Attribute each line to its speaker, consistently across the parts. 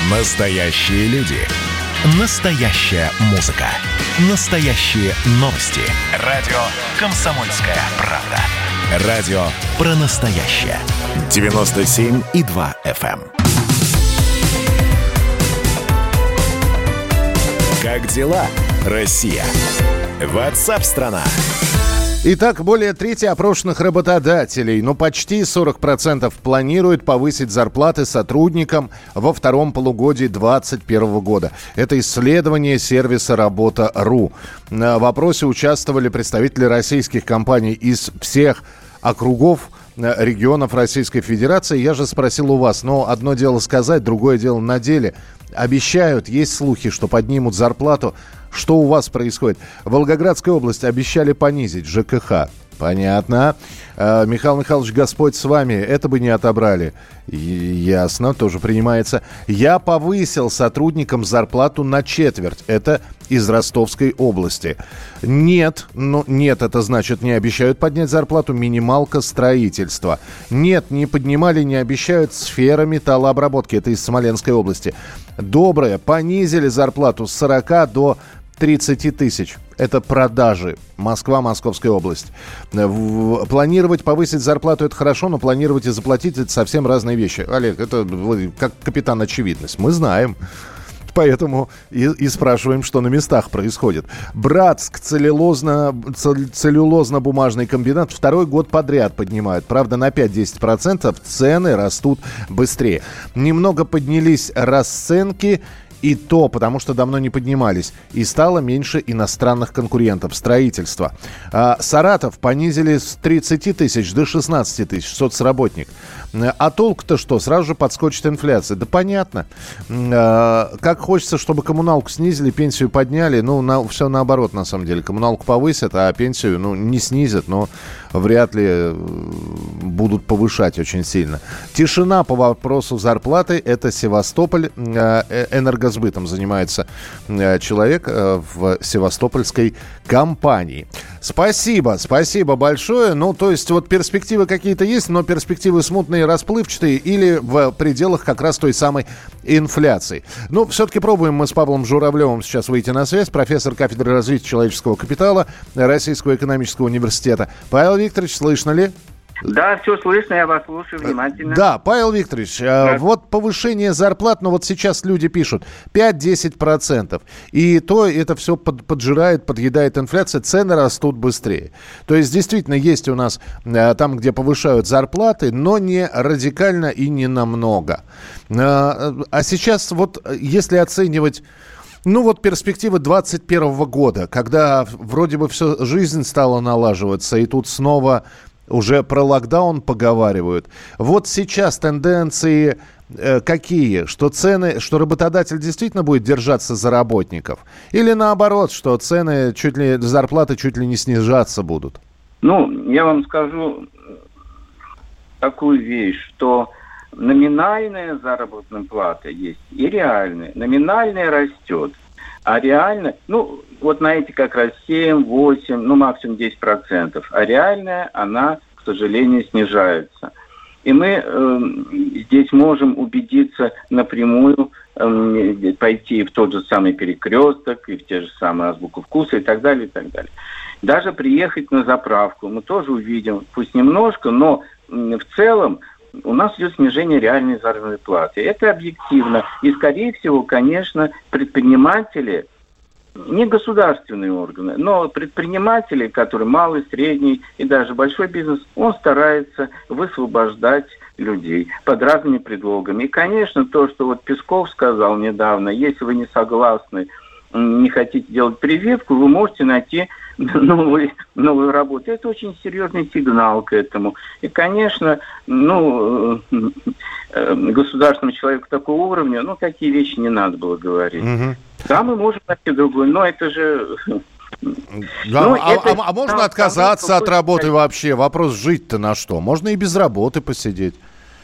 Speaker 1: Настоящие люди. Настоящая музыка. Настоящие новости. Радио «Комсомольская правда». Радио про настоящее. 97,2 FM. Как дела, Россия? WhatsApp-страна.
Speaker 2: Итак, более трети опрошенных работодателей, почти 40% планируют повысить зарплаты сотрудникам во втором полугодии 2021 года. Это исследование сервиса «Работа.ру». В опросе участвовали представители российских компаний из всех округов, регионов Российской Федерации. Я же спросил у вас, одно дело сказать, другое дело на деле. Обещают, есть слухи, что поднимут зарплату. Что у вас происходит? В Волгоградской области обещали понизить ЖКХ. Понятно. Михаил Михайлович, Господь с вами. Это бы не отобрали. Ясно, тоже принимается. Я повысил сотрудникам зарплату на четверть. Это из Ростовской области. Нет, это значит, не обещают поднять зарплату. Минималка строительства. Нет, не поднимали, не обещают сфера металлообработки. Это из Смоленской области. Доброе. Понизили зарплату с 40 до 30 тысяч. Это продажи. Москва, Московская область. Планировать повысить зарплату – это хорошо, но планировать и заплатить – это совсем разные вещи. Олег, это как капитан очевидность. Мы знаем. Поэтому и спрашиваем, что на местах происходит. Братск, целлюлозно-бумажный комбинат второй год подряд поднимают. Правда, на 5-10% цены растут быстрее. Немного поднялись расценки. И то, потому что давно не поднимались. И стало меньше иностранных конкурентов. Строительство. Саратов понизили с 30 тысяч до 16 тысяч. Соцработник. А толк-то что? Сразу же подскочит инфляция. Да понятно. Как хочется, чтобы коммуналку снизили, пенсию подняли. Все наоборот, на самом деле. Коммуналку повысят, а пенсию, не снизят, но вряд ли будут повышать очень сильно. Тишина по вопросу зарплаты. Это Севастополь. Энергосбытом занимается человек в севастопольской компании. Спасибо большое. То есть перспективы какие-то есть, но перспективы смутные, расплывчатые или в пределах как раз той самой инфляции. Все-таки пробуем мы с Павлом Журавлевым сейчас выйти на связь. Профессор кафедры развития человеческого капитала Российского экономического университета. Павел Викторович, слышно ли?
Speaker 3: Да, все слышно, я вас слушаю внимательно.
Speaker 2: Да, Павел Викторович, повышение зарплат, сейчас люди пишут 5-10%. И то это все поджирает, подъедает инфляция, цены растут быстрее. То есть, действительно, есть у нас там, где повышают зарплаты, но не радикально и не намного. А сейчас если оценивать... перспективы 2021 года, когда вроде бы жизнь стала налаживаться, и тут снова... Уже про локдаун поговаривают. Сейчас тенденции какие? Что работодатель действительно будет держаться за работников? Или наоборот, что цены зарплаты чуть ли не снижаться будут?
Speaker 3: Я вам скажу такую вещь, что номинальная заработная плата есть и реальная. Номинальная растет, а реально, на эти как раз 7, 8, максимум 10%. А реальная, она, к сожалению, снижается. И мы здесь можем убедиться напрямую, пойти в тот же самый Перекресток, и в те же самые Азбуку вкуса и так далее, и так далее. Даже приехать на заправку мы тоже увидим, пусть немножко, но в целом у нас идет снижение реальной заработной платы. Это объективно. И, скорее всего, конечно, предприниматели, не государственные органы, но предприниматели, которые малый, средний и даже большой бизнес, он старается высвобождать людей под разными предлогами. И, конечно, то, что Песков сказал недавно, если вы не согласны, не хотите делать прививку, вы можете найти новую работу. Это очень серьезный сигнал к этому. И, конечно, государственному человеку такого уровня, такие вещи не надо было говорить. Угу. Да, мы можем найти другой, но это же...
Speaker 2: А можно отказаться от работы вообще? Вопрос, жить-то на что? Можно и без работы посидеть.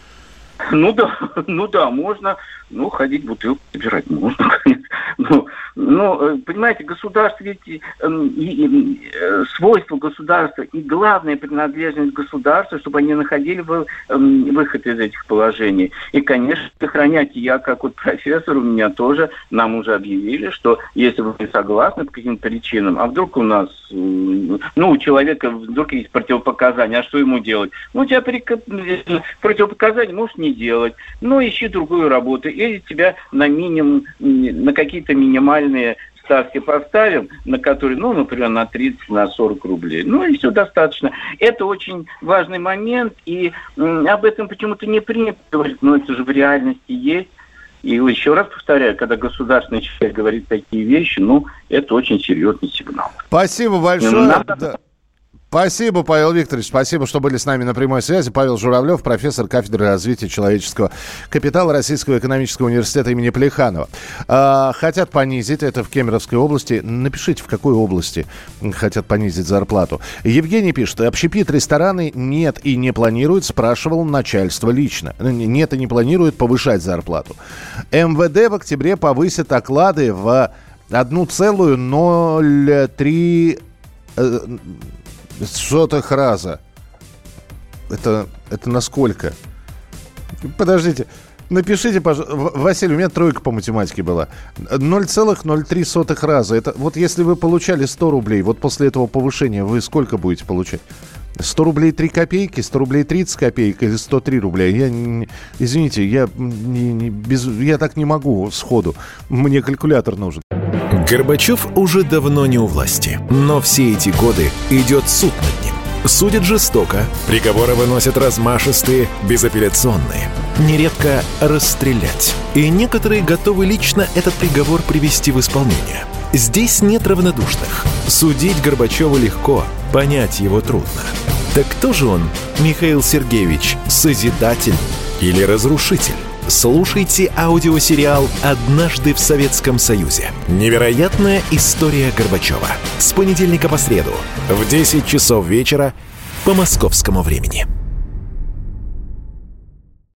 Speaker 3: Да, можно. Ходить бутылку собирать можно, конечно. понимаете, государство ведь свойство государства и главная принадлежность государства, чтобы они находили выход из этих положений. И, конечно, сохранять, я как вот профессор, у меня тоже, нам уже объявили, что если вы не согласны по каким-то причинам, а вдруг у нас, у человека вдруг есть противопоказания, а что ему делать? У тебя противопоказания можешь не делать, ищи другую работу, или тебя на какие-то минимальные ставки поставим, на которые, например, на 30, на 40 рублей. И все достаточно. Это очень важный момент, и об этом почему-то не принято говорить, но это же в реальности есть. И еще раз повторяю, когда государственный человек говорит такие вещи, это очень серьезный сигнал.
Speaker 2: Спасибо большое. Спасибо, Павел Викторович. Спасибо, что были с нами на прямой связи. Павел Журавлев, профессор кафедры развития человеческого капитала Российского экономического университета имени Плеханова. Хотят понизить, это в Кемеровской области. Напишите, в какой области хотят понизить зарплату. Евгений пишет, общепит, рестораны нет и не планируют, спрашивал начальство лично. Нет и не планирует повышать зарплату. МВД в октябре повысит оклады в 1,03 раза. Это насколько? Подождите. Напишите, пожалуйста. Василий, у меня 3 по математике была. 0,03 раза. Это вот если вы получали 100 рублей, вот после этого повышения вы сколько будете получать? 100 рублей 3 копейки, 100 рублей 30 копеек или 103 рубля? Извините, я так не могу сходу. Мне калькулятор нужен.
Speaker 1: Горбачев уже давно не у власти, но все эти годы идет суд над ним. Судят жестоко, приговоры выносят размашистые, безапелляционные. Нередко расстрелять. И некоторые готовы лично этот приговор привести в исполнение. Здесь нет равнодушных. Судить Горбачева легко, понять его трудно. Так кто же он, Михаил Сергеевич, созидатель или разрушитель? Слушайте аудиосериал «Однажды в Советском Союзе». Невероятная история Горбачева. С понедельника по среду в 10 часов вечера по московскому времени.